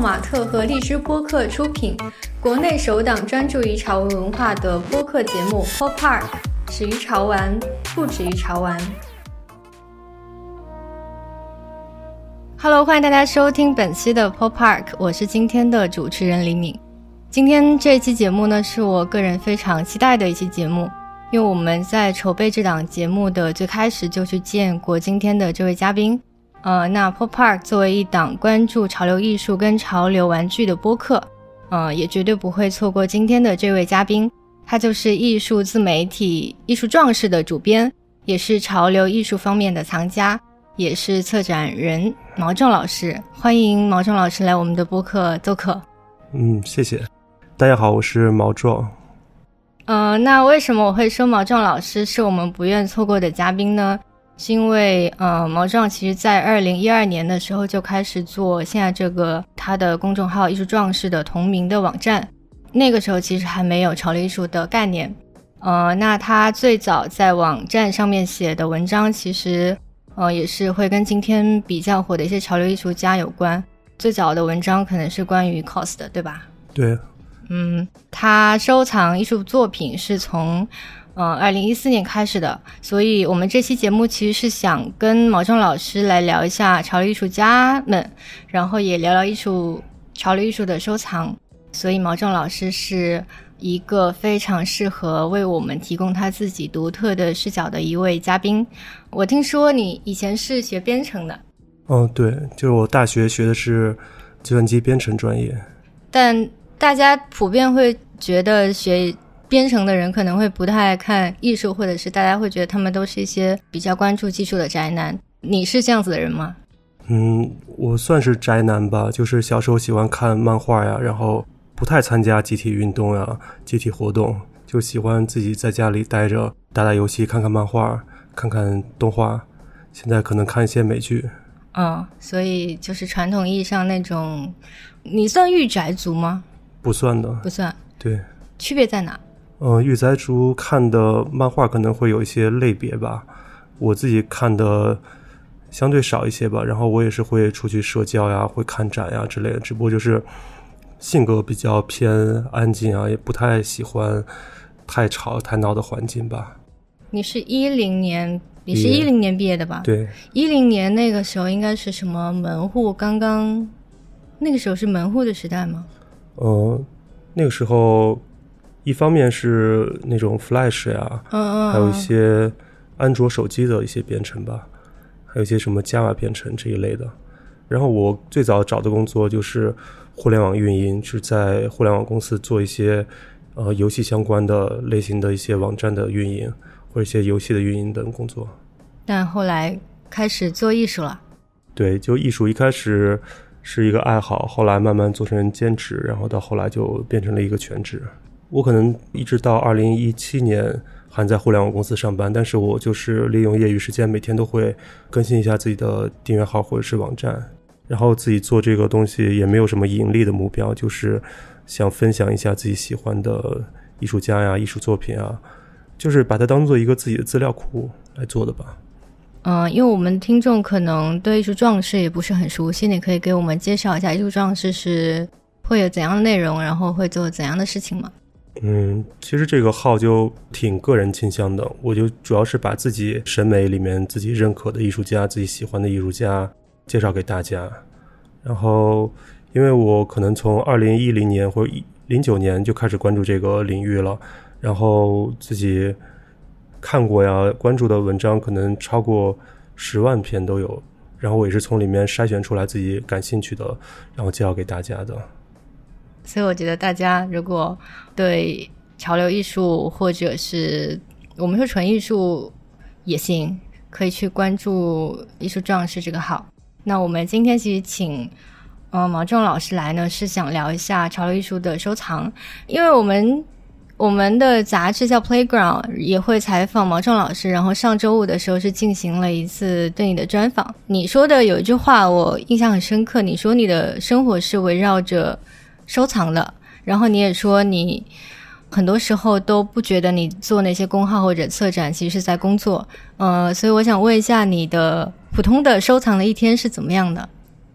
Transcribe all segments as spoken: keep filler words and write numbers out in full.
马特和荔枝播客出品，国内首档专注于潮文文化的播客节目 Pop Park， 始于潮玩，不止于潮玩。Hello， 欢迎大家收听本期的 Pop Park， 我是今天的主持人李敏。今天这一期节目呢，是我个人非常期待的一期节目，因为我们在筹备这档节目的最开始就去见过今天的这位嘉宾。呃，那 Pop Park 作为一档关注潮流艺术跟潮流玩具的播客，呃，也绝对不会错过今天的这位嘉宾。他就是艺术自媒体艺术壮士的主编，也是潮流艺术方面的藏家，也是策展人毛仲老师。欢迎毛仲老师来我们的播客做客。 嗯，谢谢。大家好，我是毛仲。 呃，那为什么我会说毛仲老师是我们不愿错过的嘉宾呢？是因为呃，毛仲其实在二零一二年的时候就开始做现在这个他的公众号艺术壮士的同名的网站，那个时候其实还没有潮流艺术的概念。呃，那他最早在网站上面写的文章其实呃也是会跟今天比较火的一些潮流艺术家有关，最早的文章可能是关于 cos 的，对吧？ 对。 嗯，他收藏艺术作品是从呃二零一四年开始的，所以我们这期节目其实是想跟毛仲老师来聊一下潮流艺术家们，然后也聊聊艺术潮流艺术的收藏，所以毛仲老师是一个非常适合为我们提供他自己独特的视角的一位嘉宾。我听说你以前是学编程的。 哦，对，就是我大学学的是计算机编程专业。 但大家普遍会觉得学编程的人可能会不太爱看艺术，或者是大家会觉得他们都是一些比较关注技术的宅男。你是这样子的人吗？ 嗯，我算是宅男吧，就是小时候喜欢看漫画呀，然后不太参加集体运动呀、集体活动，就喜欢自己在家里待着，打打游戏，看看漫画，看看动画，现在可能看一些美剧。 嗯，所以就是传统意义上那种，你算御宅族吗？ 不算的。 不算。 对。 区别在哪？ 呃，御宅族看的漫画可能会有一些类别吧，我自己看的相对少一些吧，然后我也是会出去社交呀，会看展呀之类的，只不过就是性格比较偏安静啊，也不太喜欢太吵太闹的环境吧。 你是一零年，你是一零年毕业的吧？ 对。 一零年那个时候应该是什么门户刚刚，那个时候是门户的时代吗？ 呃，那个时候一方面是那种 Flash 呀， 嗯嗯， 还有一些安卓手机的一些编程吧，还有一些什么 Java 编程这一类的。然后我最早找的工作就是互联网运营，是在互联网公司做一些呃游戏相关的类型的一些网站的运营，或者一些游戏的运营等工作。 但后来开始做艺术了。 对，就艺术一开始是一个爱好，后来慢慢做成兼职，然后到后来就变成了一个全职。我可能一直到二零一七年还在互联网公司上班，但是我就是利用业余时间每天都会更新一下自己的订阅号或者是网站，然后自己做这个东西也没有什么盈利的目标，就是想分享一下自己喜欢的艺术家呀、艺术作品啊，就是把它当做一个自己的资料库来做的吧。 嗯，因为我们听众可能对艺术壮士也不是很熟悉，你可以给我们介绍一下艺术壮士是会有怎样的内容，然后会做怎样的事情吗？ 嗯，其实这个号就挺个人倾向的，我就主要是把自己审美里面自己认可的艺术家、自己喜欢的艺术家介绍给大家。然后因为我可能从二零一零年或者零九年就开始关注这个领域了，然后自己看过呀关注的文章可能超过十万篇都有，然后我也是从里面筛选出来自己感兴趣的，然后介绍给大家的。 所以我觉得大家如果对潮流艺术或者是我们说纯艺术也行，可以去关注艺术壮士这个号。那我们今天其实请呃毛仲老师来呢，是想聊一下潮流艺术的收藏，因为我们我们的杂志叫 Playground 也会采访毛仲老师，然后上周五的时候是进行了一次对你的专访。你说的有一句话我印象很深刻，你说你的生活是围绕着收藏的，然后你也说你很多时候都不觉得你做那些公号或者策展其实是在工作。呃，所以我想问一下你的普通的收藏的一天是怎么样的？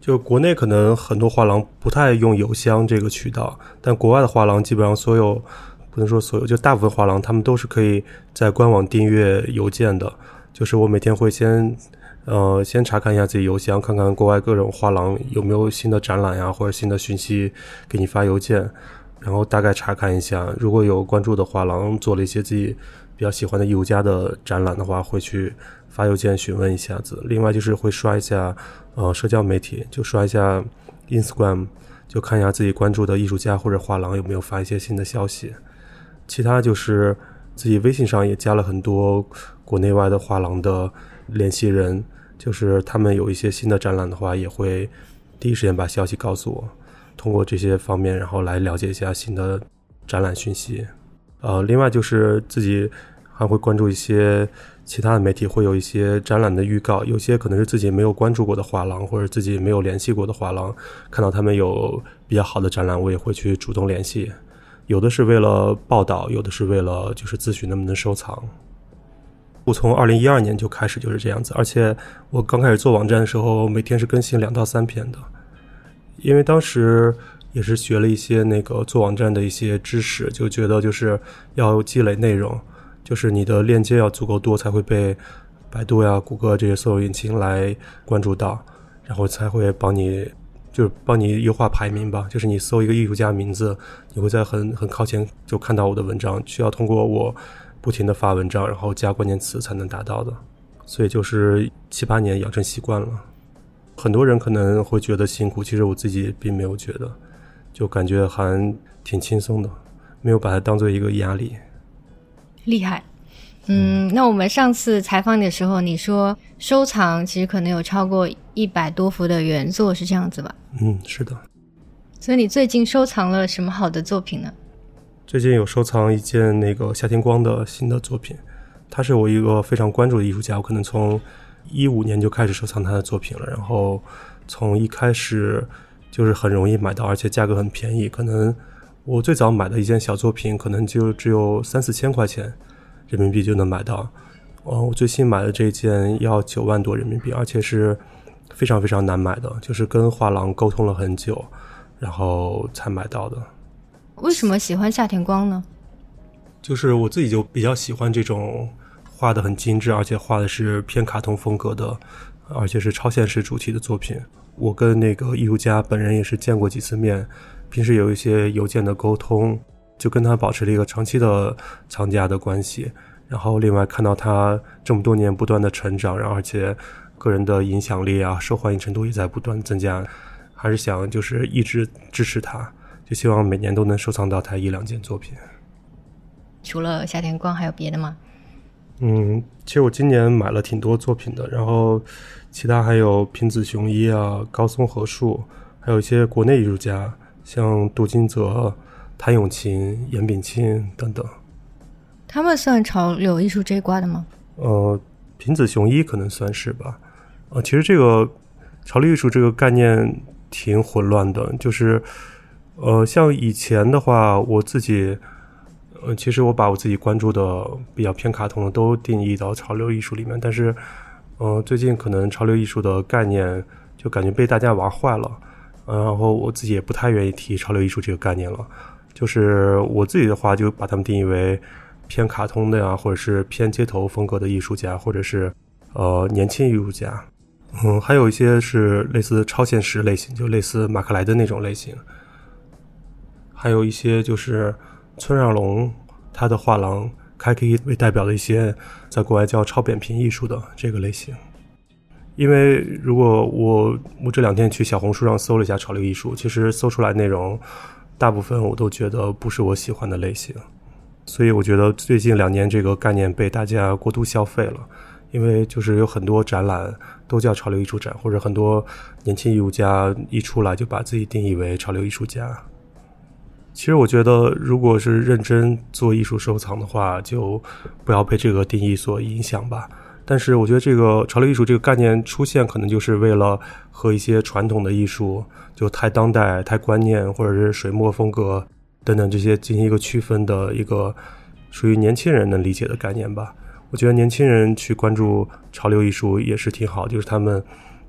就国内可能很多画廊不太用邮箱这个渠道，但国外的画廊基本上所有，不能说所有，就大部分画廊他们都是可以在官网订阅邮件的。就是我每天会先呃先查看一下自己邮箱，看看国外各种画廊有没有新的展览呀或者新的讯息给你发邮件，然后大概查看一下，如果有关注的画廊做了一些自己比较喜欢的艺术家的展览的话，会去发邮件询问一下子。另外就是会刷一下呃社交媒体，就刷一下 Instagram， 就看一下自己关注的艺术家或者画廊有没有发一些新的消息。其他就是自己微信上也加了很多国内外的画廊的联系人，就是他们有一些新的展览的话，也会第一时间把消息告诉我，通过这些方面然后来了解一下新的展览讯息。呃，另外就是自己还会关注一些其他的媒体，会有一些展览的预告，有些可能是自己没有关注过的画廊或者自己没有联系过的画廊，看到他们有比较好的展览，我也会去主动联系，有的是为了报道，有的是为了就是咨询能不能收藏。我从二零一二年就开始就是这样子，而且我刚开始做网站的时候每天是更新两到三篇的，因为当时也是学了一些那个做网站的一些知识，就觉得就是要积累内容，就是你的链接要足够多才会被百度呀谷歌这些搜索引擎来关注到，然后才会帮你就是帮你优化排名吧，就是你搜一个艺术家名字，你会在很很靠前就看到我的文章，需要通过我不停的发文章然后加关键词才能达到的，所以就是七八年养成习惯了。很多人可能会觉得辛苦，其实我自己并没有觉得，就感觉还挺轻松的，没有把它当做一个压力。 厉害。嗯，那我们上次采访你的时候，你说收藏其实可能有超过一百多幅的原作，是这样子吧？ 嗯，是的。 所以你最近收藏了什么好的作品呢？ 最近有收藏一件那个夏天光的新的作品，他是我一个非常关注的艺术家，我可能从一五年就开始收藏他的作品了，然后从一开始就是很容易买到，而且价格很便宜，可能我最早买的一件小作品可能就只有三四千块钱人民币就能买到，呃，我最新买的这件要九万多人民币，而且是非常非常难买的，就是跟画廊沟通了很久然后才买到的。 为什么喜欢夏田光呢？ 就是我自己就比较喜欢这种画的很精致，而且画的是偏卡通风格的，而且是超现实主题的作品。我跟那个艺术家本人也是见过几次面，平时有一些邮件的沟通，就跟他保持了一个长期的藏家的关系。然后另外看到他这么多年不断的成长，然后而且个人的影响力啊受欢迎程度也在不断增加，还是想就是一直支持他，就希望每年都能收藏到他一两件作品。 除了夏田光还有别的吗？ 嗯，其实我今年买了挺多作品的，然后其他还有平子雄一啊、高松和树，还有一些国内艺术家，像杜金泽、谭咏麟、岩秉庆等等。 他们算潮流艺术这一挂的吗？ 呃，平子雄一可能算是吧。呃，其实这个潮流艺术这个概念挺混乱的，就是呃，像以前的话，我自己。呃，其实我把我自己关注的比较偏卡通的都定义到潮流艺术里面，但是呃，最近可能潮流艺术的概念就感觉被大家玩坏了，呃、然后我自己也不太愿意提潮流艺术这个概念了，就是我自己的话就把他们定义为偏卡通的呀，或者是偏街头风格的艺术家，或者是呃年轻艺术家，嗯，还有一些是类似超现实类型，就类似马克莱的那种类型，还有一些就是村上隆他的画廊还可以为代表的一些在国外叫超扁平艺术的这个类型。因为如果我我这两天去小红书上搜了一下潮流艺术，其实搜出来内容大部分我都觉得不是我喜欢的类型，所以我觉得最近两年这个概念被大家过度消费了，因为就是有很多展览都叫潮流艺术展，或者很多年轻艺术家一出来就把自己定义为潮流艺术家。其实我觉得如果是认真做艺术收藏的话，就不要被这个定义所影响吧。但是我觉得这个潮流艺术这个概念出现，可能就是为了和一些传统的艺术就太当代、太观念或者是水墨风格等等这些进行一个区分的一个属于年轻人能理解的概念吧。我觉得年轻人去关注潮流艺术也是挺好，就是他们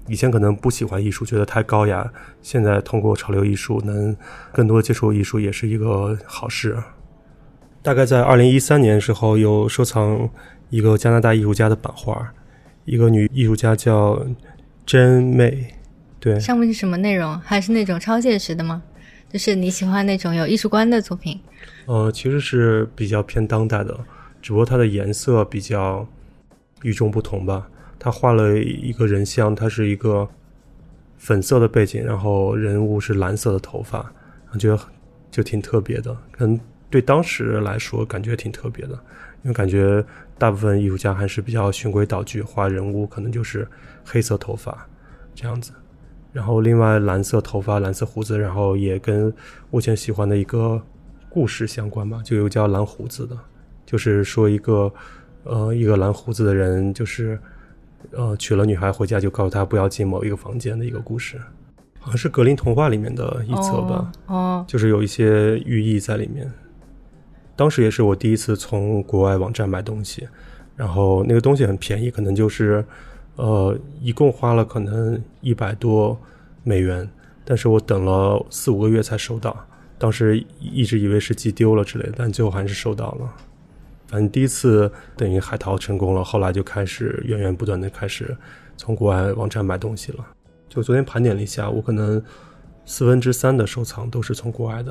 以前可能不喜欢艺术，觉得太高雅，现在通过潮流艺术能更多接触艺术也是一个好事。大概在二零一三年的时候有收藏一个加拿大艺术家的版画，一个女艺术家叫真妹。对， 上面是什么内容？还是那种超现实的吗？就是你喜欢那种有艺术观的作品？ 呃，其实是比较偏当代的，只不过它的颜色比较与众不同吧。他画了一个人像，它是一个粉色的背景，然后人物是蓝色的头发，我觉得就挺特别的，可能对当时来说感觉挺特别的，因为感觉大部分艺术家还是比较循规蹈矩，画人物可能就是黑色头发这样子，然后另外蓝色头发蓝色胡子，然后也跟我以前喜欢的一个故事相关吧，就有叫蓝胡子的，就是说一个呃一个蓝胡子的人，就是呃娶了女孩回家就告诉她不要进某一个房间的一个故事，好像是格林童话里面的一册吧。 哦，哦就是有一些寓意在里面。当时也是我第一次从国外网站买东西，然后那个东西很便宜，可能就是呃一共花了可能一百多美元，但是我等了四五个月才收到，当时一直以为是寄丢了之类的，但最后还是收到了。反正第一次等于海淘成功了，后来就开始源源不断的开始从国外网站买东西了。就昨天盘点了一下，我可能四分之三的收藏都是从国外的。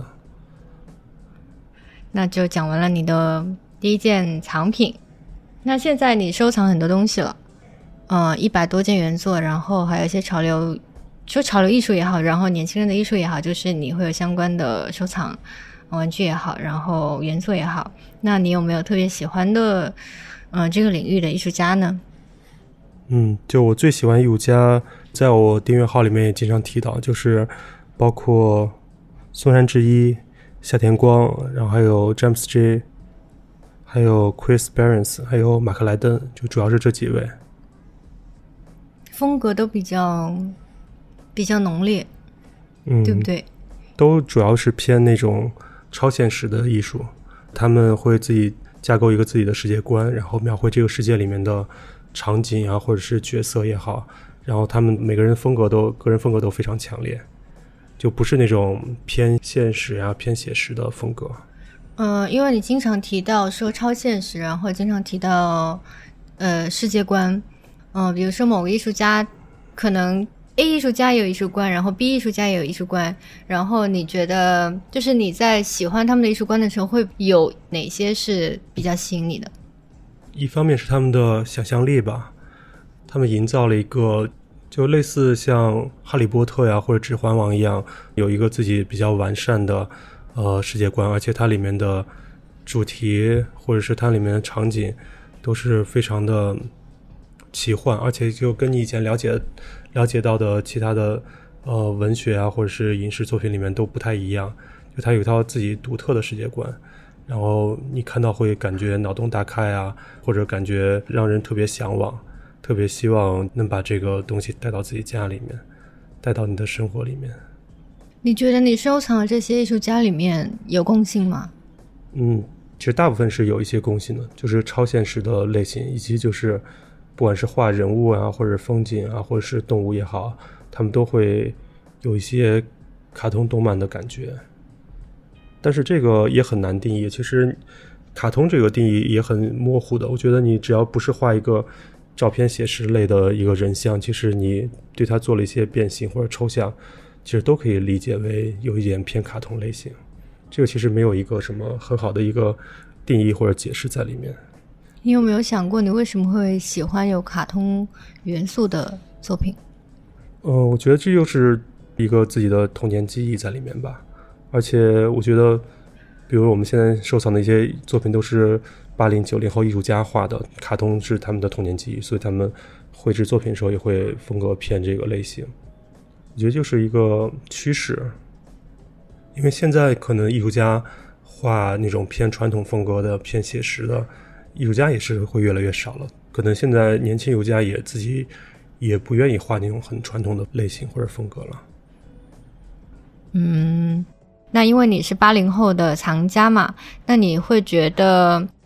那就讲完了你的第一件藏品。那现在你收藏很多东西了，呃，一百多件原作，然后还有一些潮流，说潮流艺术也好，然后年轻人的艺术也好，就是你会有相关的收藏，玩具也好，然后原作也好。那你有没有特别喜欢的，呃，这个领域的艺术家呢？ 嗯，就我最喜欢艺术家，在我订阅号里面也经常提到，就是包括松山智一、夏田光，然后还有詹姆斯 J， 还有 Chris Behrens， 还有马克莱登，就主要是这几位。 风格都比较比较浓烈， 嗯， 对不对？ 都主要是偏那种超现实的艺术，他们会自己架构一个自己的世界观，然后描绘这个世界里面的场景啊，或者是角色也好，然后他们每个人风格都个人风格都非常强烈，就不是那种偏现实啊偏写实的风格。 呃，因为你经常提到说超现实，然后经常提到呃世界观，嗯、呃，比如说某个艺术家可能 A 艺术家也有艺术观，然后 B 艺术家也有艺术观，然后你觉得就是你在喜欢他们的艺术观的时候，会有哪些是比较吸引你的？ 一方面是他们的想象力吧，他们营造了一个就类似像哈利波特呀或者指环王一样，有一个自己比较完善的呃世界观，而且它里面的主题或者是它里面的场景都是非常的奇幻，而且就跟你以前了解了解到的其他的呃文学啊或者是影视作品里面都不太一样，就它有一套自己独特的世界观，然后你看到会感觉脑洞大开啊，或者感觉让人特别向往，特别希望能把这个东西带到自己家里面，带到你的生活里面。 你觉得你收藏的这些艺术家里面有共性吗？ 嗯，其实大部分是有一些共性的，就是超现实的类型，以及就是不管是画人物啊或者风景啊或者是动物也好，他们都会有一些卡通动漫的感觉。但是这个也很难定义，其实卡通这个定义也很模糊的，我觉得你只要不是画一个照片写实类的一个人像，其实你对它做了一些变形或者抽象，其实都可以理解为有一点偏卡通类型。这个其实没有一个什么很好的一个定义或者解释在里面。 你有没有想过你为什么会喜欢有卡通元素的作品？ 呃，我觉得这就是一个自己的童年记忆在里面吧。而且我觉得比如我们现在收藏的一些作品都是八零九零后艺术家画的，卡通是他们的童年记忆，所以他们绘制作品的时候也会风格偏这个类型。我觉得就是一个趋势，因为现在可能艺术家画那种偏传统风格的偏写实的艺术家也是会越来越少了，可能现在年轻艺术家也自己也不愿意画那种很传统的类型或者风格了。 嗯，那因为你是八零后的藏家嘛，那你会觉得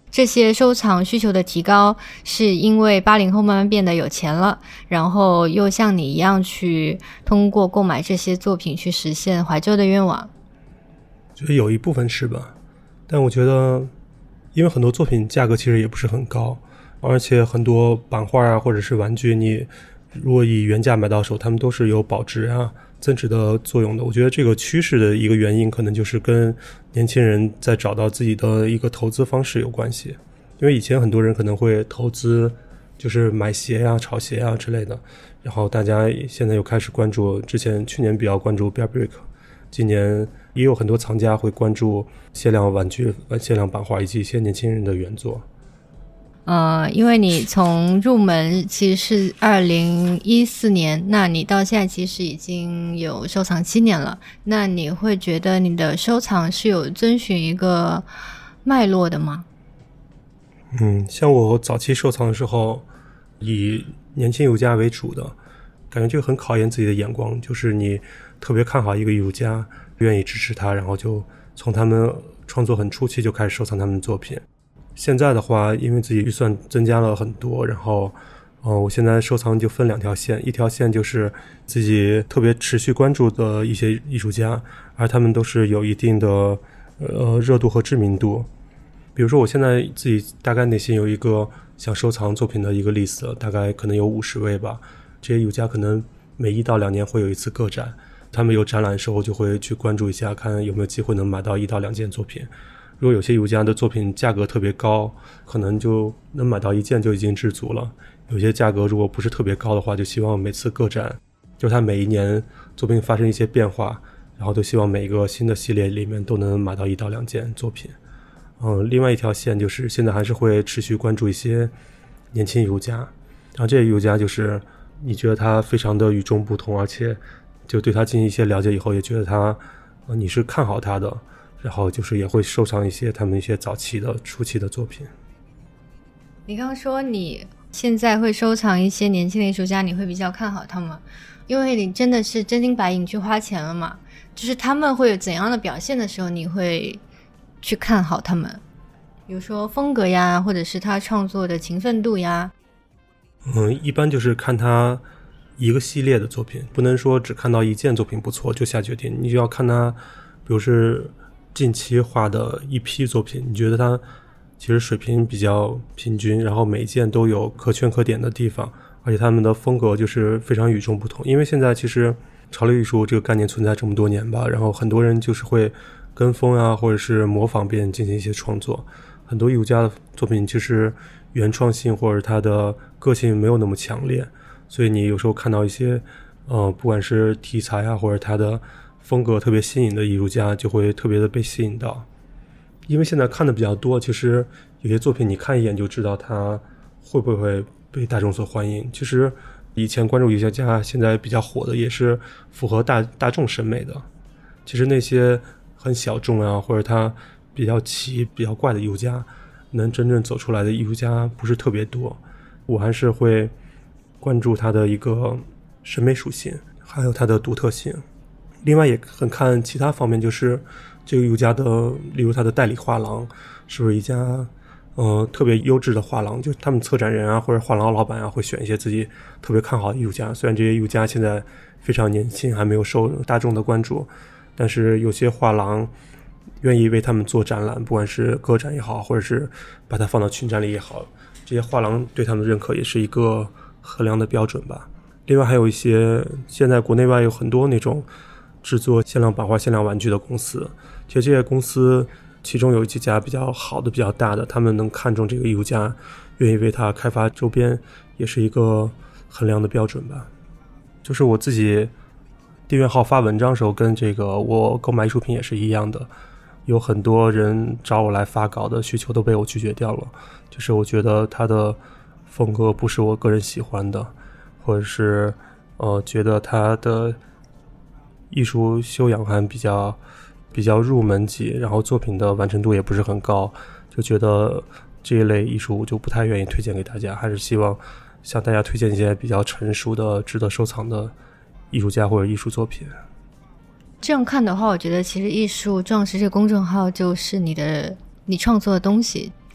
这些收藏需求的提高是因为八零后慢慢变得有钱了，然后又像你一样去通过购买这些作品去实现怀旧的愿望？ 觉得有一部分是吧，但我觉得因为很多作品价格其实也不是很高，而且很多版画啊或者是玩具你如果以原价买到手，他们都是有保值啊增值的作用的。我觉得这个趋势的一个原因可能就是跟年轻人在找到自己的一个投资方式有关系。因为以前很多人可能会投资就是买鞋啊炒鞋啊之类的，然后大家现在又开始关注，之前去年比较关注 Bear Brick， 今年也有很多藏家会关注限量玩具、限量版画以及一些年轻人的原作。 呃，因为你从入门其实是二零一四年，那你到现在其实已经有收藏七年了，那你会觉得你的收藏是有遵循一个脉络的吗？ 嗯，像我早期收藏的时候以年轻艺术家为主的，感觉就很考验自己的眼光，就是你特别看好一个艺术家，愿意支持他，然后就从他们创作很初期就开始收藏他们的作品。现在的话因为自己预算增加了很多，然后呃，我现在收藏就分两条线，一条线就是自己特别持续关注的一些艺术家，而他们都是有一定的呃热度和知名度。比如说我现在自己大概内心有一个想收藏作品的一个 list， 大概可能有五十位吧。这些艺术家可能每一到两年会有一次个展，他们有展览的时候就会去关注一下，看有没有机会能买到一到两件作品。如果有些艺术家的作品价格特别高，可能就能买到一件就已经知足了。有些价格如果不是特别高的话，就希望每次个展，就是他每一年作品发生一些变化，然后就希望每一个新的系列里面都能买到一到两件作品。嗯，另外一条线就是现在还是会持续关注一些年轻艺术家，然后这些艺术家就是你觉得他非常的与众不同，而且就对他进行一些了解以后也觉得他、呃、你是看好他的，然后就是也会收藏一些他们一些早期的初期的作品。 你刚刚说你现在会收藏一些年轻的艺术家，你会比较看好他们，因为你真的是真金白银去花钱了嘛，就是他们会有怎样的表现的时候你会去看好他们，比如说风格呀，或者是他创作的勤奋度呀。 嗯，一般就是看他一个系列的作品，不能说只看到一件作品不错就下决定，你就要看他比如是近期画的一批作品，你觉得他其实水平比较平均，然后每一件都有可圈可点的地方，而且他们的风格就是非常与众不同。因为现在其实潮流艺术这个概念存在这么多年吧，然后很多人就是会跟风啊，或者是模仿别人进行一些创作，很多艺术家的作品其实原创性或者他的个性没有那么强烈，所以你有时候看到一些呃，不管是题材啊或者他的风格特别新颖的艺术家，就会特别的被吸引到。因为现在看的比较多，其实有些作品你看一眼就知道他会不会被大众所欢迎。其实以前关注艺术家现在比较火的也是符合大大众审美的，其实那些很小众啊或者他比较奇比较怪的艺术家，能真正走出来的艺术家不是特别多。我还是会关注他的一个审美属性还有他的独特性，另外也很看其他方面，就是这个艺术家的例如他的代理画廊是不是一家呃特别优质的画廊，就他们策展人啊或者画廊老板啊会选一些自己特别看好的艺术家，虽然这些艺术家现在非常年轻还没有受大众的关注，但是有些画廊愿意为他们做展览，不管是个展也好或者是把它放到群展里也好，这些画廊对他们的认可也是一个衡量的标准吧。另外还有一些现在国内外有很多那种制作限量版画限量玩具的公司，其实这些公司其中有几家比较好的比较大的，他们能看中这个艺术家，愿意为他开发周边，也是一个衡量的标准吧。就是我自己订阅号发文章的时候跟这个我购买艺术品也是一样的，有很多人找我来发稿的需求都被我拒绝掉了，就是我觉得他的风格不是我个人喜欢的，或者是呃觉得他的艺术修养还比较比较入门级，然后作品的完成度也不是很高，就觉得这一类艺术就不太愿意推荐给大家，还是希望向大家推荐一些比较成熟的值得收藏的艺术家或者艺术作品。 这样看的话，我觉得其实艺术壮士这个公众号就是你的你创作的东西，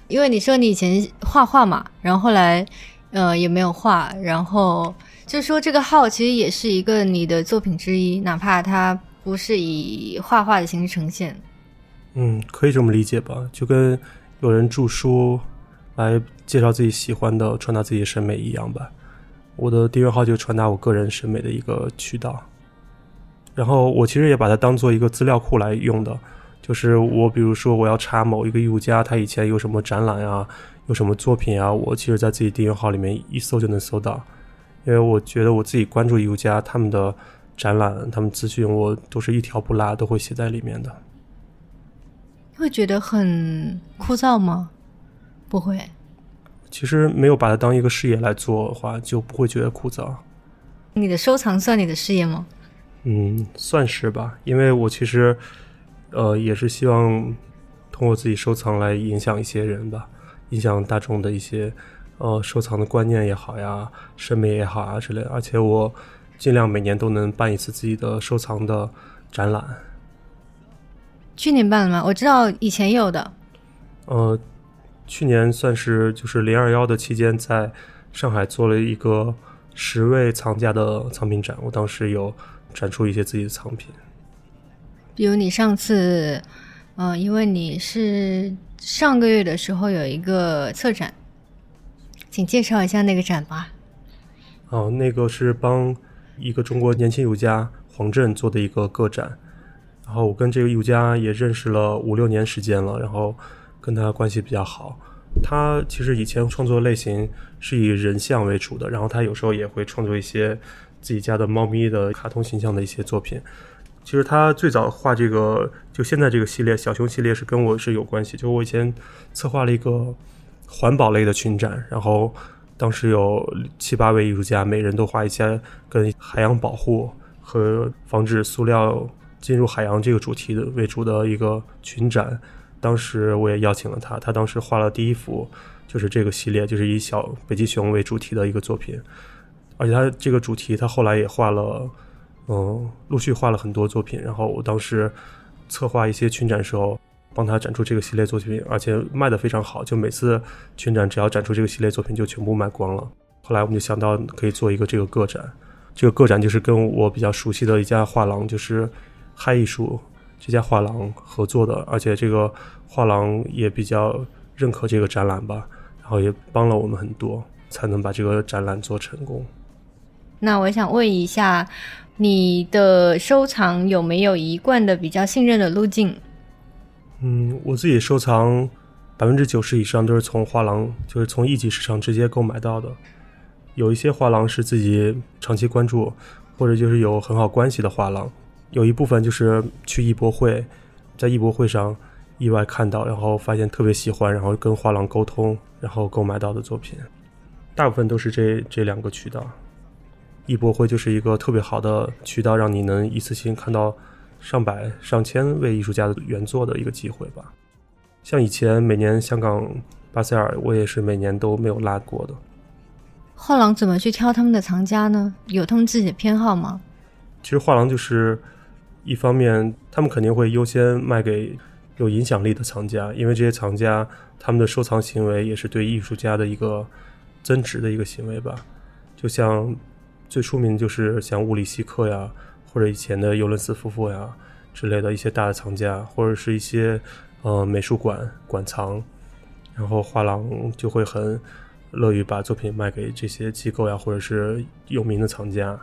因为你说你以前画画嘛，然后后来呃也没有画，然后就说这个号其实也是一个你的作品之一，哪怕它不是以画画的形式呈现。 嗯，可以这么理解吧，就跟有人著书来介绍自己喜欢的，传达自己的审美一样吧。我的订阅号就传达我个人审美的一个渠道，然后我其实也把它当做一个资料库来用的，就是我比如说我要查某一个艺术家他以前有什么展览啊，有什么作品啊，我其实在自己订阅号里面一搜就能搜到，因为我觉得我自己关注艺术家他们的展览，他们资讯我都是一条不落都会写在里面的。 会觉得很枯燥吗？不会， 其实没有把它当一个事业来做的话，就不会觉得枯燥。 你的收藏算你的事业吗？ 嗯，算是吧，因为我其实呃也是希望通过自己收藏来影响一些人吧，影响大众的一些呃收藏的观念也好呀，审美也好啊之类的，而且我尽量每年都能办一次自己的收藏的展览。 去年办了吗？我知道以前有的。 呃，去年算是就是零二一的期间，在上海做了一个十位藏家的藏品展，我当时有展出一些自己的藏品。 比如你上次，呃，因为你是上个月的时候有一个策展，请介绍一下那个展吧。 哦，那个是帮一个中国年轻艺术家黄震做的一个个展。然后我跟这个艺术家也认识了五六年时间了，然后跟他关系比较好。他其实以前创作类型是以人像为主的，然后他有时候也会创作一些自己家的猫咪的卡通形象的一些作品。其实他最早画这个就现在这个系列小熊系列是跟我是有关系，就我以前策划了一个环保类的群展，然后当时有七八位艺术家，每人都画一些跟海洋保护和防止塑料进入海洋这个主题的为主的一个群展。当时我也邀请了他，他当时画了第一幅就是这个系列，就是以小北极熊为主题的一个作品，而且他这个主题他后来也画了嗯，陆续画了很多作品。然后我当时策划一些群展的时候帮他展出这个系列作品，而且卖得非常好，就每次群展只要展出这个系列作品就全部卖光了。后来我们就想到可以做一个这个个展，这个个展就是跟我比较熟悉的一家画廊，就是嗨艺术这家画廊合作的，而且这个画廊也比较认可这个展览吧，然后也帮了我们很多，才能把这个展览做成功。 那我想问一下，你的收藏有没有一贯的比较信任的路径？ 嗯，我自己收藏百分之九十以上都是从画廊，就是从一级市场直接购买到的。有一些画廊是自己长期关注，或者就是有很好关系的画廊。有一部分就是去艺博会，在艺博会上意外看到，然后发现特别喜欢，然后跟画廊沟通，然后购买到的作品。大部分都是这这两个渠道。艺博会就是一个特别好的渠道，让你能一次性看到上百上千位艺术家的原作的一个机会吧。像以前每年香港巴塞尔，我也是每年都没有落过的。 画廊怎么去挑他们的藏家呢？有他们自己的偏好吗？ 其实画廊就是一方面他们肯定会优先卖给有影响力的藏家，因为这些藏家他们的收藏行为也是对艺术家的一个增值的一个行为吧。就像最出名的就是像物理希克呀，或者以前的尤伦斯夫妇呀之类的一些大的藏家，或者是一些呃美术馆馆藏，然后画廊就会很乐于把作品卖给这些机构呀，或者是有名的藏家。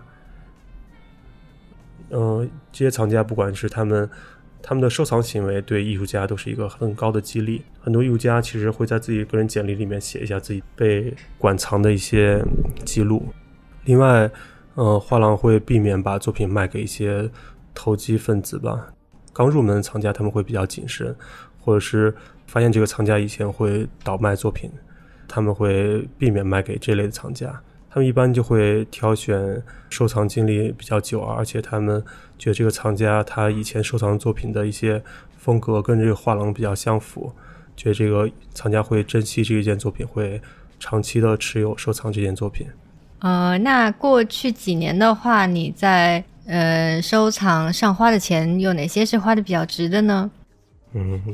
呃，这些藏家不管是他们他们的收藏行为，对艺术家都是一个很高的激励。很多艺术家其实会在自己个人简历里面写一下自己被馆藏的一些记录。另外，呃，画廊会避免把作品卖给一些投机分子吧。刚入门的藏家他们会比较谨慎，或者是发现这个藏家以前会倒卖作品，他们会避免卖给这类的藏家。他们一般就会挑选收藏经历比较久，而且他们觉得这个藏家他以前收藏作品的一些风格跟这个画廊比较相符，觉得这个藏家会珍惜这一件作品，会长期的持有收藏这件作品。 呃，那过去几年的话，你在呃收藏上花的钱有哪些是花的比较值的呢？ 嗯，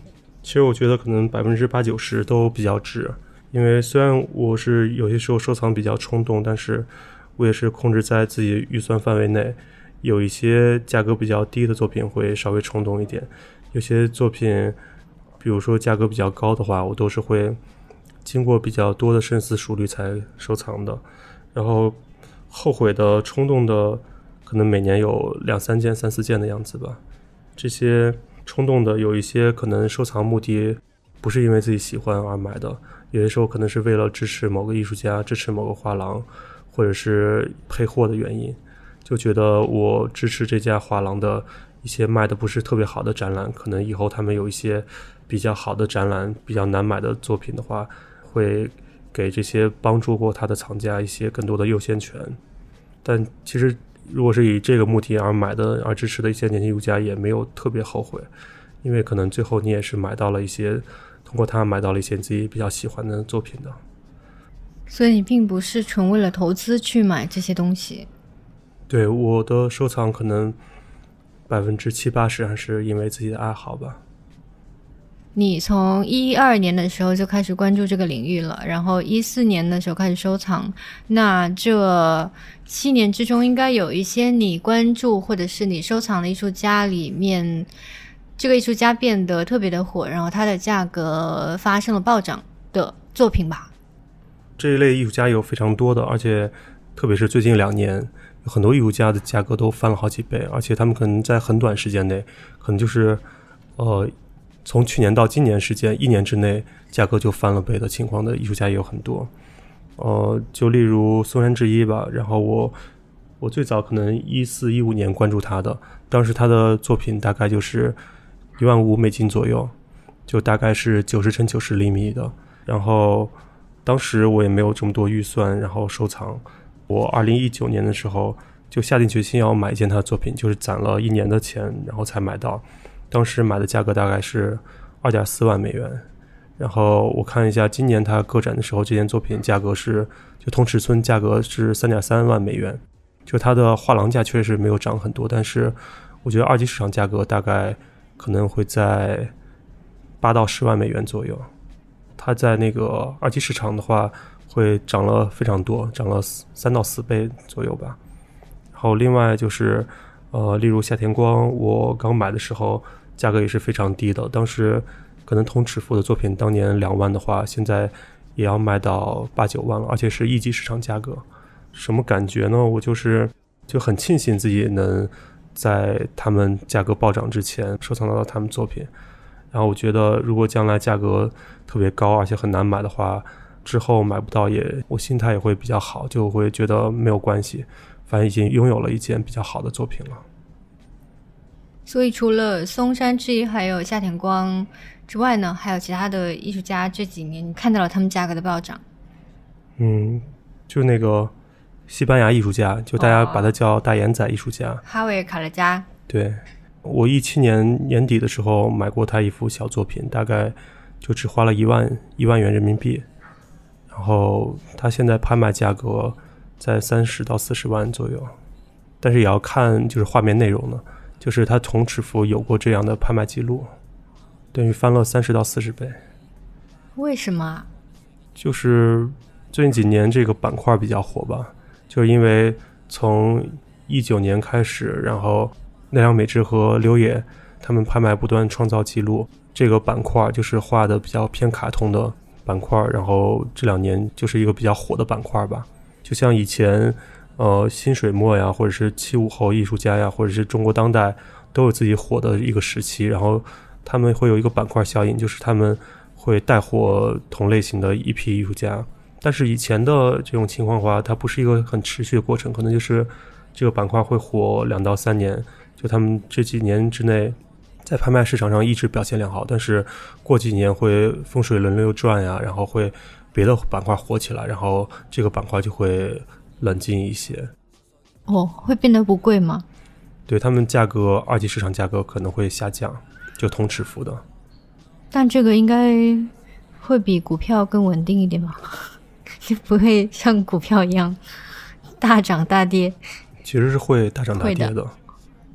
其实我觉得可能百分之八九十都比较值，因为虽然我是有些时候收藏比较冲动，但是我也是控制在自己预算范围内，有一些价格比较低的作品会稍微冲动一点，有些作品比如说价格比较高的话，我都是会经过比较多的深思熟虑才收藏的，然后后悔的冲动的可能每年有两三件三四件的样子吧。这些冲动的有一些可能收藏目的不是因为自己喜欢而买的，有些时候可能是为了支持某个艺术家，支持某个画廊，或者是配货的原因，就觉得我支持这家画廊的一些卖的不是特别好的展览，可能以后他们有一些比较好的展览，比较难买的作品的话，会给这些帮助过他的藏家一些更多的优先权。但其实如果是以这个目的而买的而支持的一些年轻艺术家也没有特别后悔，因为可能最后你也是买到了一些通过他买到了一些自己比较喜欢的作品的。 所以你并不是纯为了投资去买这些东西？ 对，我的收藏可能百分之七八十还是因为自己的爱好吧。 你从一二年的时候就开始关注这个领域了，然后一四年的时候开始收藏，那这七年之中应该有一些你关注或者是你收藏的艺术家里面，这个艺术家变得特别的火，然后它的价格发生了暴涨的作品吧。 这一类艺术家有非常多的，而且特别是最近两年有很多艺术家的价格都翻了好几倍，而且他们可能在很短时间内，可能就是呃从去年到今年时间一年之内价格就翻了倍的情况的艺术家也有很多。呃，就例如松山智一吧，然后我我最早可能一四一五年关注他的，当时他的作品大概就是一万五美金左右，就大概是九十乘九十厘米的。然后当时我也没有这么多预算，然后收藏。我二零一九年的时候就下定决心要买一件他的作品，就是攒了一年的钱，然后才买到。当时买的价格大概是 二点四万美元，然后我看一下今年他个展的时候，这件作品价格是就同尺寸价格是 三点三万美元，就它的画廊价确实没有涨很多，但是我觉得二级市场价格大概可能会在八到十万美元左右，它在那个二级市场的话会涨了非常多，涨了三到四倍左右吧。然后另外就是呃，例如夏田光，我刚买的时候价格也是非常低的，当时可能同尺幅的作品当年两万的话，现在也要卖到八九万了，而且是一级市场价格。什么感觉呢？我就是就很庆幸自己能在他们价格暴涨之前收藏到他们作品，然后我觉得如果将来价格特别高而且很难买的话，之后买不到也我心态也会比较好，就会觉得没有关系，反正已经拥有了一件比较好的作品了。 所以除了松山智一还有夏田光之外呢，还有其他的艺术家这几年你看到了他们价格的暴涨？ 嗯，就那个西班牙艺术家，就大家把他叫大眼仔艺术家， 哈维尔卡勒加。 对，我一七年年底的时候买过他一幅小作品，大概就只花了一万一万元人民币，然后他现在拍卖价格在三十到四十万左右，但是也要看就是画面内容呢，就是他同尺幅有过这样的拍卖记录，等于翻了三十到四十倍。 为什么？ 就是最近几年这个板块比较火吧，就是因为从一九年开始，然后奈良美智和柳野他们拍卖不断创造记录，这个板块就是画的比较偏卡通的板块，然后这两年就是一个比较火的板块吧。就像以前呃新水墨呀，或者是七五后艺术家呀，或者是中国当代都有自己火的一个时期，然后他们会有一个板块效应，就是他们会带火同类型的一批艺术家。但是以前的这种情况的话，它不是一个很持续的过程，可能就是这个板块会火两到三年，就他们这几年之内在拍卖市场上一直表现良好，但是过几年会风水轮流转呀，然后会别的板块火起来，然后这个板块就会冷静一些。 哦，会变得不贵吗？ 对，他们价格二级市场价格可能会下降，就同尺幅的。 但这个应该会比股票更稳定一点吧？就不会像股票一样大涨大跌。 其实是会大涨大跌的， 的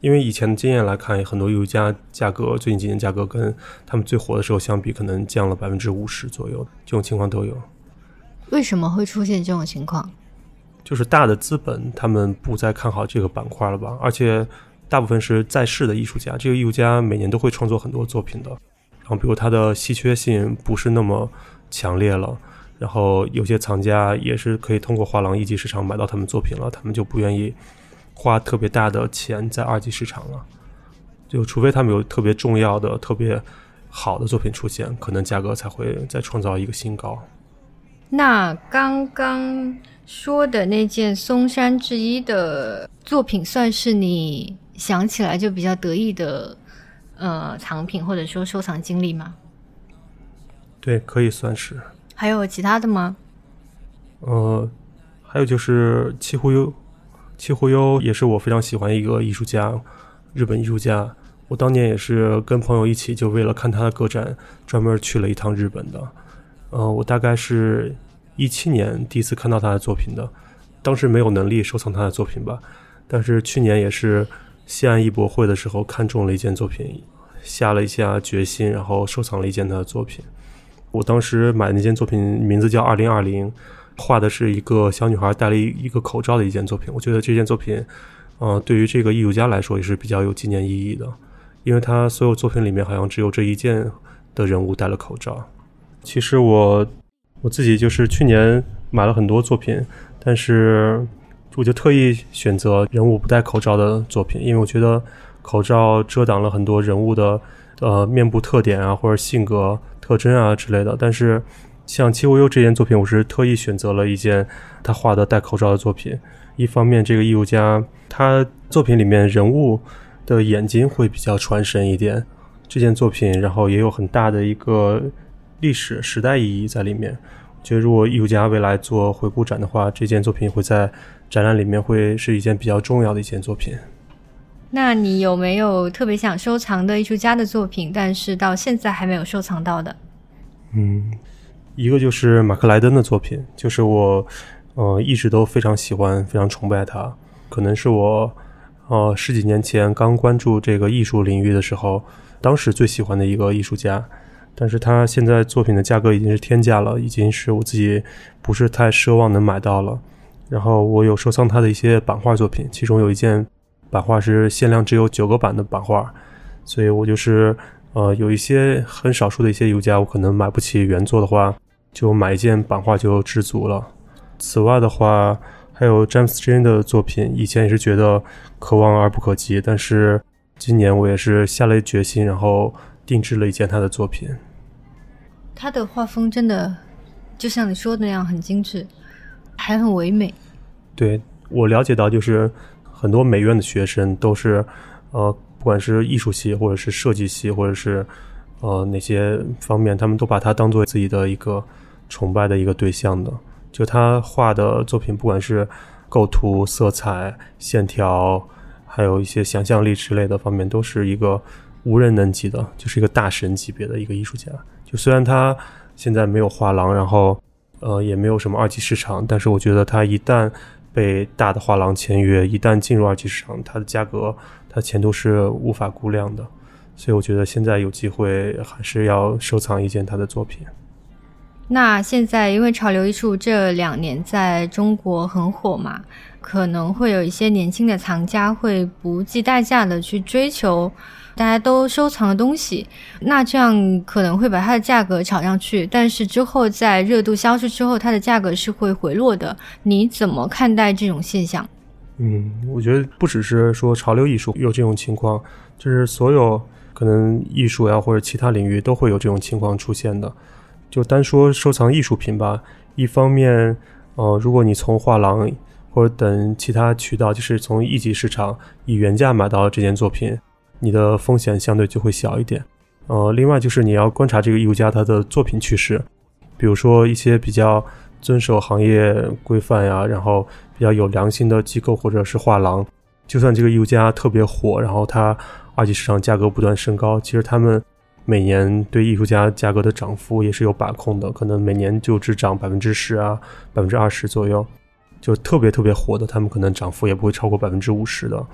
因为以前的经验来看，很多艺术家价格最近几年价格跟他们最火的时候相比，可能降了百分之五十左右，这种情况都有。 为什么会出现这种情况？ 就是大的资本他们不再看好这个板块了吧，而且大部分是在世的艺术家，这个艺术家每年都会创作很多作品的，然后比如他的稀缺性不是那么强烈了，然后有些藏家也是可以通过画廊一级市场买到他们作品了，他们就不愿意花特别大的钱在二级市场了，就除非他们有特别重要的特别好的作品出现，可能价格才会再创造一个新高。 那刚刚说的那件松山之一的作品算是你想起来就比较得意的呃藏品或者说收藏经历吗？ 对，可以算是。 还有其他的吗？ 呃，还有就是七户优，七户优也是我非常喜欢一个艺术家，日本艺术家。我当年也是跟朋友一起，就为了看他的个展，专门去了一趟日本的。呃，我大概是一七年第一次看到他的作品的，当时没有能力收藏他的作品吧，但是去年也是西安艺博会的时候看中了一件作品，下了一下决心，然后收藏了一件他的作品。我当时买的那件作品名字叫二零二零，画的是一个小女孩戴了一个口罩的一件作品。我觉得这件作品呃，对于这个艺术家来说也是比较有纪念意义的，因为他所有作品里面好像只有这一件的人物戴了口罩。其实我我自己就是去年买了很多作品，但是我就特意选择人物不戴口罩的作品，因为我觉得口罩遮挡了很多人物的呃面部特点啊，或者性格特征啊之类的。但是像七户优这件作品，我是特意选择了一件他画的戴口罩的作品。一方面这个艺术家他作品里面人物的眼睛会比较传神一点，这件作品然后也有很大的一个历史时代意义在里面。我觉得如果艺术家未来做回顾展的话，这件作品会在展览里面会是一件比较重要的一件作品。 那你有没有特别想收藏的艺术家的作品，但是到现在还没有收藏到的？ 嗯，一个就是马克莱登的作品，就是我呃一直都非常喜欢非常崇拜他，可能是我呃十几年前刚关注这个艺术领域的时候当时最喜欢的一个艺术家。但是他现在作品的价格已经是天价了，已经是我自己不是太奢望能买到了。然后我有收藏他的一些版画作品，其中有一件版画是限量只有九个版的版画，所以我就是呃有一些很少数的一些艺术家，我可能买不起原作的话，就买一件版画就知足了。此外的话，还有詹姆斯·詹的作品，以前也是觉得可望而不可及，但是今年我也是下了决心，然后定制了一件他的作品。 他的画风真的就像你说的那样很精致，还很唯美。 对，我了解到就是很多美院的学生都是呃，不管是艺术系或者是设计系或者是呃哪些方面，他们都把他当作自己的一个崇拜的一个对象的。就他画的作品，不管是构图、色彩、线条，还有一些想象力之类的方面，都是一个无人能及的，就是一个大神级别的一个艺术家。就虽然他现在没有画廊，然后呃也没有什么二级市场，但是我觉得他一旦被大的画廊签约，一旦进入二级市场，它的价格它前途是无法估量的。所以我觉得现在有机会还是要收藏一件他的作品。 那现在因为潮流艺术这两年在中国很火嘛，可能会有一些年轻的藏家会不计代价的去追求大家都收藏的东西，那这样可能会把它的价格炒上去，但是之后在热度消失之后，它的价格是会回落的。你怎么看待这种现象？ 嗯，我觉得不只是说潮流艺术有这种情况，就是所有可能艺术呀或者其他领域都会有这种情况出现的。就单说收藏艺术品吧，一方面呃，如果你从画廊或者等其他渠道，就是从一级市场以原价买到这件作品，你的风险相对就会小一点。呃，另外就是你要观察这个艺术家他的作品趋势，比如说一些比较遵守行业规范呀，然后比较有良心的机构或者是画廊，就算这个艺术家特别火，然后他二级市场价格不断升高，其实他们每年对艺术家价格的涨幅也是有把控的，可能每年就只涨百分之十啊，百分之二十左右。就特别特别火的，他们可能涨幅也不会超过百分之五十的。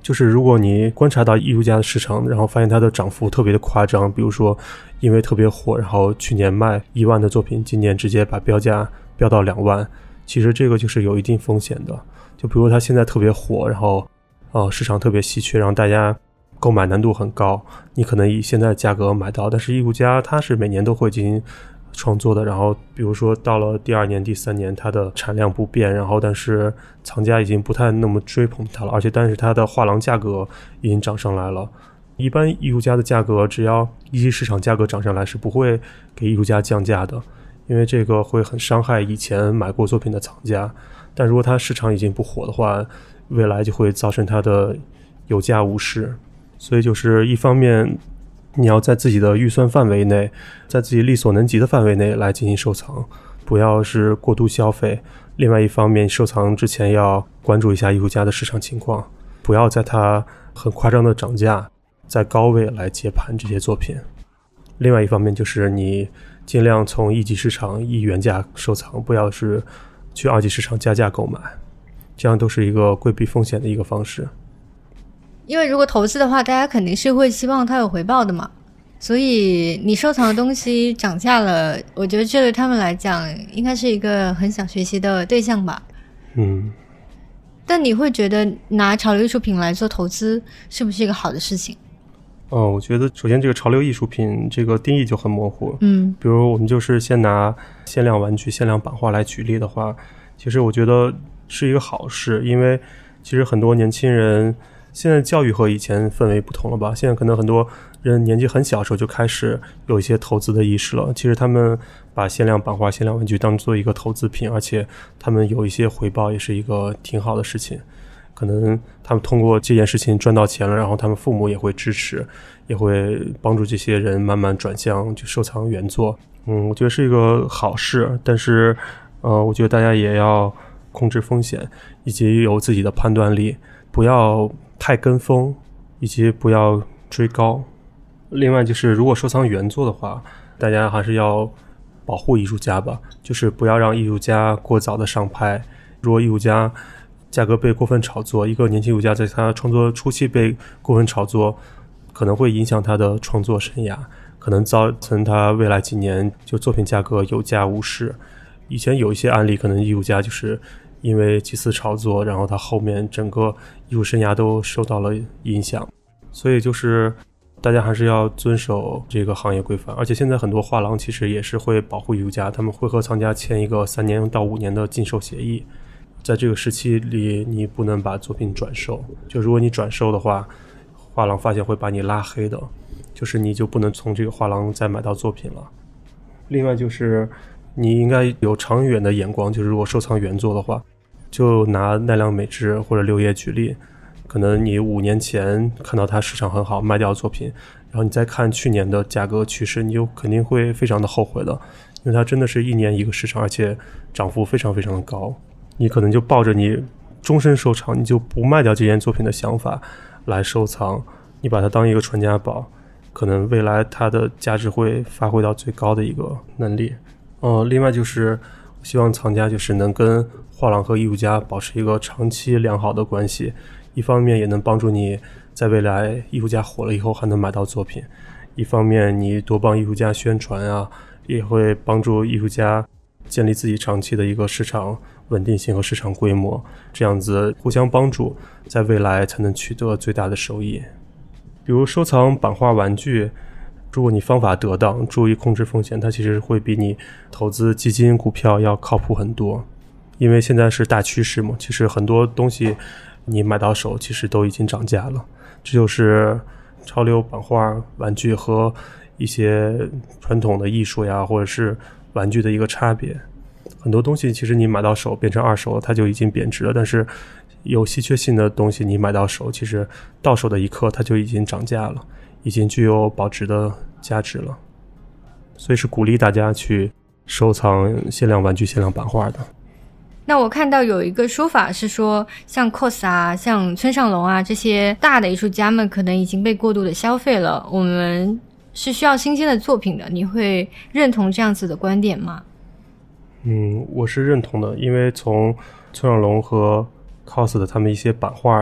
就是如果你观察到艺术家的市场，然后发现它的涨幅特别的夸张，比如说因为特别火，然后去年卖一万的作品，今年直接把标价标到两万，其实这个就是有一定风险的。就比如它现在特别火，然后呃市场特别稀缺，让大家购买难度很高，你可能以现在的价格买到，但是艺术家他是每年都会进行创作的，然后比如说到了第二年第三年它的产量不变，然后但是藏家已经不太那么追捧它了，而且但是它的画廊价格已经涨上来了。一般艺术家的价格只要一级市场价格涨上来是不会给艺术家降价的，因为这个会很伤害以前买过作品的藏家。但如果它市场已经不火的话，未来就会造成它的有价无市。所以就是一方面你要在自己的预算范围内，在自己力所能及的范围内来进行收藏，不要是过度消费。另外一方面，收藏之前要关注一下艺术家的市场情况，不要在它很夸张的涨价，在高位来接盘这些作品。另外一方面就是你尽量从一级市场以原价收藏，不要是去二级市场加价购买，这样都是一个规避风险的一个方式。 因为如果投资的话，大家肯定是会希望它有回报的嘛，所以你收藏的东西涨价了，我觉得这对他们来讲应该是一个很想学习的对象吧。 嗯， 但你会觉得拿潮流艺术品来做投资是不是一个好的事情？ 哦，我觉得首先这个潮流艺术品这个定义就很模糊。 嗯， 比如我们就是先拿限量玩具、限量版画来举例的话，其实我觉得是一个好事，因为其实很多年轻人现在教育和以前氛围不同了吧，现在可能很多人年纪很小的时候就开始有一些投资的意识了，其实他们把限量版画、限量玩具当做一个投资品，而且他们有一些回报也是一个挺好的事情。可能他们通过这件事情赚到钱了，然后他们父母也会支持，也会帮助这些人慢慢转向就收藏原作。嗯，我觉得是一个好事，但是呃，我觉得大家也要控制风险，以及有自己的判断力，不要太跟风，以及不要追高。另外就是如果收藏原作的话，大家还是要保护艺术家吧，就是不要让艺术家过早的上拍。如果艺术家价格被过分炒作，一个年轻艺术家在他创作初期被过分炒作，可能会影响他的创作生涯，可能造成他未来几年就作品价格有价无市。以前有一些案例，可能艺术家就是因为几次炒作，然后他后面整个艺术生涯都受到了影响。所以就是大家还是要遵守这个行业规范，而且现在很多画廊其实也是会保护艺术家，他们会和藏家签一个三年到五年的禁售协议，在这个时期里你不能把作品转售，就如果你转售的话，画廊发现会把你拉黑的，就是你就不能从这个画廊再买到作品了。另外就是你应该有长远的眼光，就是如果收藏原作的话，就拿奈良美智或者六叶举例，可能你五年前看到它市场很好卖掉作品，然后你再看去年的价格趋势，你就肯定会非常的后悔的，因为它真的是一年一个市场，而且涨幅非常非常的高。你可能就抱着你终身收藏，你就不卖掉这件作品的想法来收藏，你把它当一个传家宝，可能未来它的价值会发挥到最高的一个能力。呃，另外就是希望藏家就是能跟画廊和艺术家保持一个长期良好的关系，一方面也能帮助你在未来艺术家火了以后还能买到作品，一方面你多帮艺术家宣传啊，也会帮助艺术家建立自己长期的一个市场稳定性和市场规模，这样子互相帮助，在未来才能取得最大的收益。比如收藏版画玩具，如果你方法得当，注意控制风险，它其实会比你投资基金股票要靠谱很多。因为现在是大趋势嘛，其实很多东西你买到手其实都已经涨价了，这就是潮流版画玩具和一些传统的艺术呀或者是玩具的一个差别。很多东西其实你买到手变成二手它就已经贬值了，但是有稀缺性的东西你买到手，其实到手的一刻它就已经涨价了，已经具有保值的价值了。所以是鼓励大家去收藏限量玩具、限量版画的。 那我看到有一个说法是说，像 C O S 啊，像村上隆啊这些大的艺术家们可能已经被过度的消费了，我们是需要新鲜的作品的，你会认同这样子的观点吗？ 嗯，我是认同的，因为从村上隆和 C O S 的他们一些版画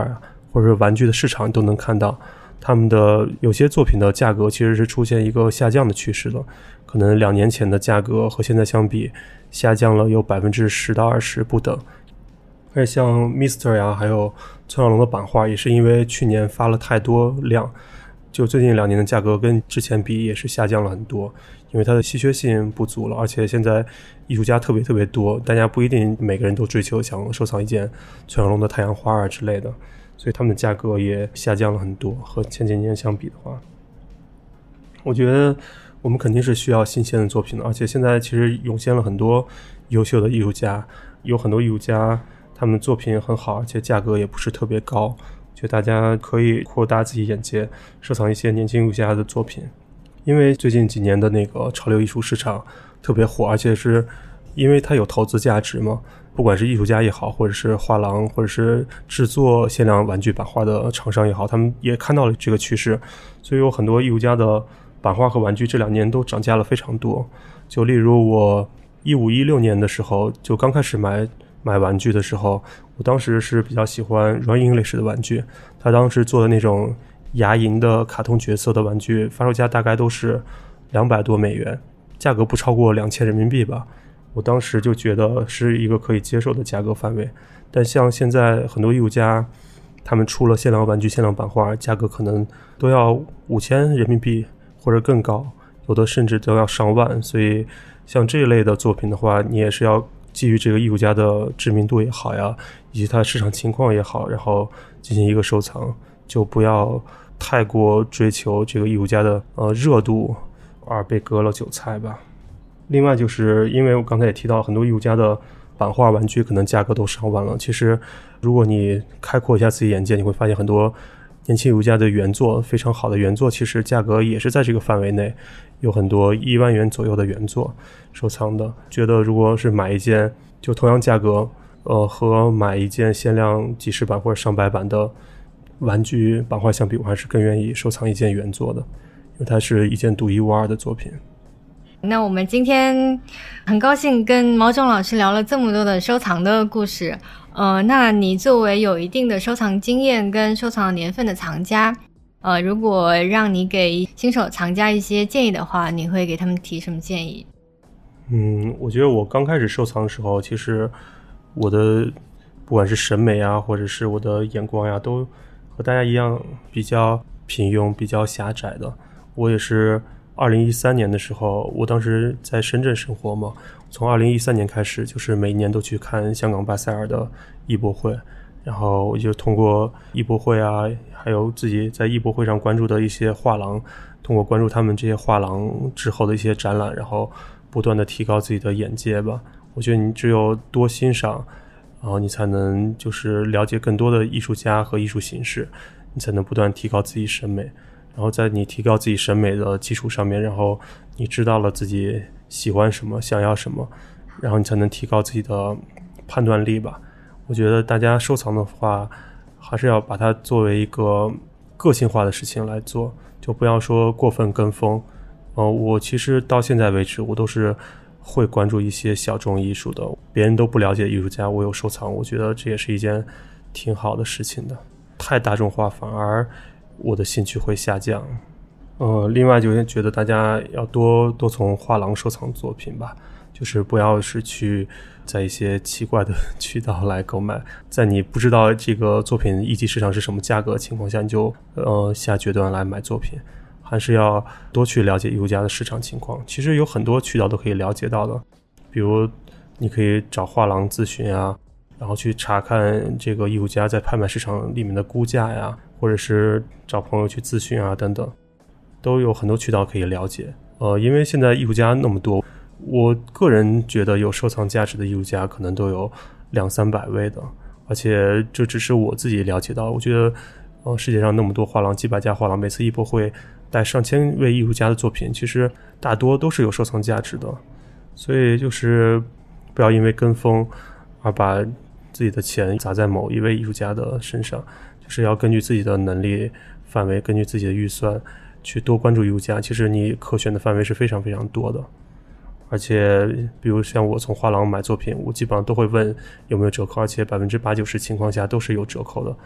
或者玩具的市场都能看到，他们的有些作品的价格其实是出现一个下降的趋势的，可能两年前的价格和现在相比下降了有百分之十到二十不等。而且像 Mister 呀，还有村上龙的版画，也是因为去年发了太多量，就最近两年的价格跟之前比也是下降了很多，因为它的稀缺性不足了，而且现在艺术家特别特别多，大家不一定每个人都追求想收藏一件村上龙的太阳花啊之类的，所以他们的价格也下降了很多，和前几年相比的话。我觉得我们肯定是需要新鲜的作品的，而且现在其实涌现了很多优秀的艺术家，有很多艺术家他们作品很好，而且价格也不是特别高，就大家可以扩大自己眼界，收藏一些年轻艺术家的作品。因为最近几年的那个潮流艺术市场特别火，而且是因为它有投资价值嘛，不管是艺术家也好，或者是画廊，或者是制作限量玩具版画的厂商也好，他们也看到了这个趋势，所以有很多艺术家的版画和玩具这两年都涨价了非常多。就例如我一五一六年的时候，就刚开始买买玩具的时候，我当时是比较喜欢 Ron English 的玩具，他当时做的那种牙龈的卡通角色的玩具，发售价大概都是两百多美元，价格不超过两千人民币吧。我当时就觉得是一个可以接受的价格范围。但像现在很多艺术家，他们出了限量玩具、限量版画，价格可能都要五千人民币或者更高，有的甚至都要上万。所以像这一类的作品的话，你也是要基于这个艺术家的知名度也好呀，以及他的市场情况也好，然后进行一个收藏，就不要太过追求这个艺术家的呃热度而被割了韭菜吧。另外就是因为我刚才也提到，很多艺术家的版画玩具可能价格都上万了，其实如果你开阔一下自己眼界，你会发现很多年轻艺术家的原作，非常好的原作，其实价格也是在这个范围内，有很多一万元左右的原作收藏的。觉得如果是买一件就同样价格呃，和买一件限量几十版或者上百版的玩具版画相比，我还是更愿意收藏一件原作的，因为它是一件独一无二的作品。 那我们今天很高兴跟毛冢老师聊了这么多的收藏的故事，呃，那你作为有一定的收藏经验跟收藏年份的藏家，呃，如果让你给新手藏家一些建议的话，你会给他们提什么建议？ 嗯，我觉得我刚开始收藏的时候，其实我的不管是审美啊，或者是我的眼光呀，都和大家一样比较平庸、比较狭窄的。我也是二零一三年的时候，我当时在深圳生活嘛，从二零一三年开始，就是每一年都去看香港巴塞尔的艺博会，然后我就通过艺博会啊，还有自己在艺博会上关注的一些画廊，通过关注他们这些画廊之后的一些展览，然后不断的提高自己的眼界吧。我觉得你只有多欣赏，然后你才能就是了解更多的艺术家和艺术形式，你才能不断提高自己审美。然后在你提高自己审美的基础上面，然后你知道了自己喜欢什么，想要什么，然后你才能提高自己的判断力吧。我觉得大家收藏的话，还是要把它作为一个个性化的事情来做，就不要说过分跟风。呃，我其实到现在为止，我都是会关注一些小众艺术的，别人都不了解艺术家，我有收藏，我觉得这也是一件挺好的事情的。太大众化反而我的兴趣会下降。呃，另外就觉得大家要多多从画廊收藏作品吧，就是不要是去在一些奇怪的渠道来购买，在你不知道这个作品一级市场是什么价格的情况下，你就呃下决断来买作品，还是要多去了解艺术家的市场情况。其实有很多渠道都可以了解到的，比如你可以找画廊咨询啊，然后去查看这个艺术家在拍卖市场里面的估价呀，或者是找朋友去咨询啊等等，都有很多渠道可以了解。呃，因为现在艺术家那么多，我个人觉得有收藏价值的艺术家可能都有两三百位的，而且这只是我自己了解到。我觉得呃，世界上那么多画廊，几百家画廊，每次艺博会带上千位艺术家的作品，其实大多都是有收藏价值的。所以就是不要因为跟风而把自己的钱砸在某一位艺术家的身上，就是要根据自己的能力范围，根据自己的预算去多关注艺术家。其实你可选的范围是非常非常多的，而且比如像我从画廊买作品，我基本上都会问有没有折扣，而且百分之八九十情况下都是有折扣的。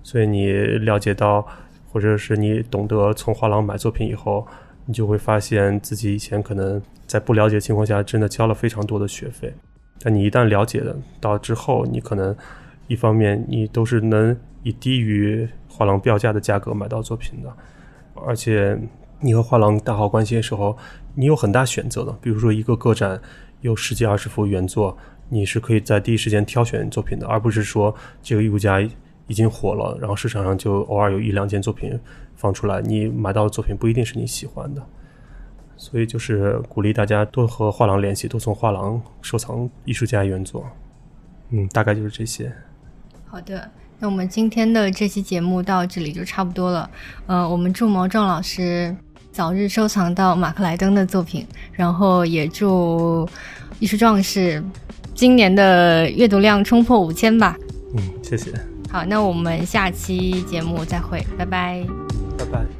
所以你了解到，或者是你懂得从画廊买作品以后，你就会发现自己以前可能在不了解的情况下真的交了非常多的学费，但你一旦了解到之后，你可能一方面你都是能以低于画廊标价的价格买到作品的，而且你和画廊打好关系的时候，你有很大选择的，比如说一个个展有十几二十幅原作，你是可以在第一时间挑选作品的，而不是说这个艺术家已经火了，然后市场上就偶尔有一两件作品放出来，你买到的作品不一定是你喜欢的。所以就是鼓励大家多和画廊联系，多从画廊收藏艺术家原作。嗯，大概就是这些。 好的，那我们今天的这期节目到这里就差不多了。呃，我们祝毛壮老师早日收藏到马克莱登的作品，然后也祝艺术壮士今年的阅读量冲破五千吧。 嗯，谢谢。 好，那我们下期节目再会，拜拜。 拜拜。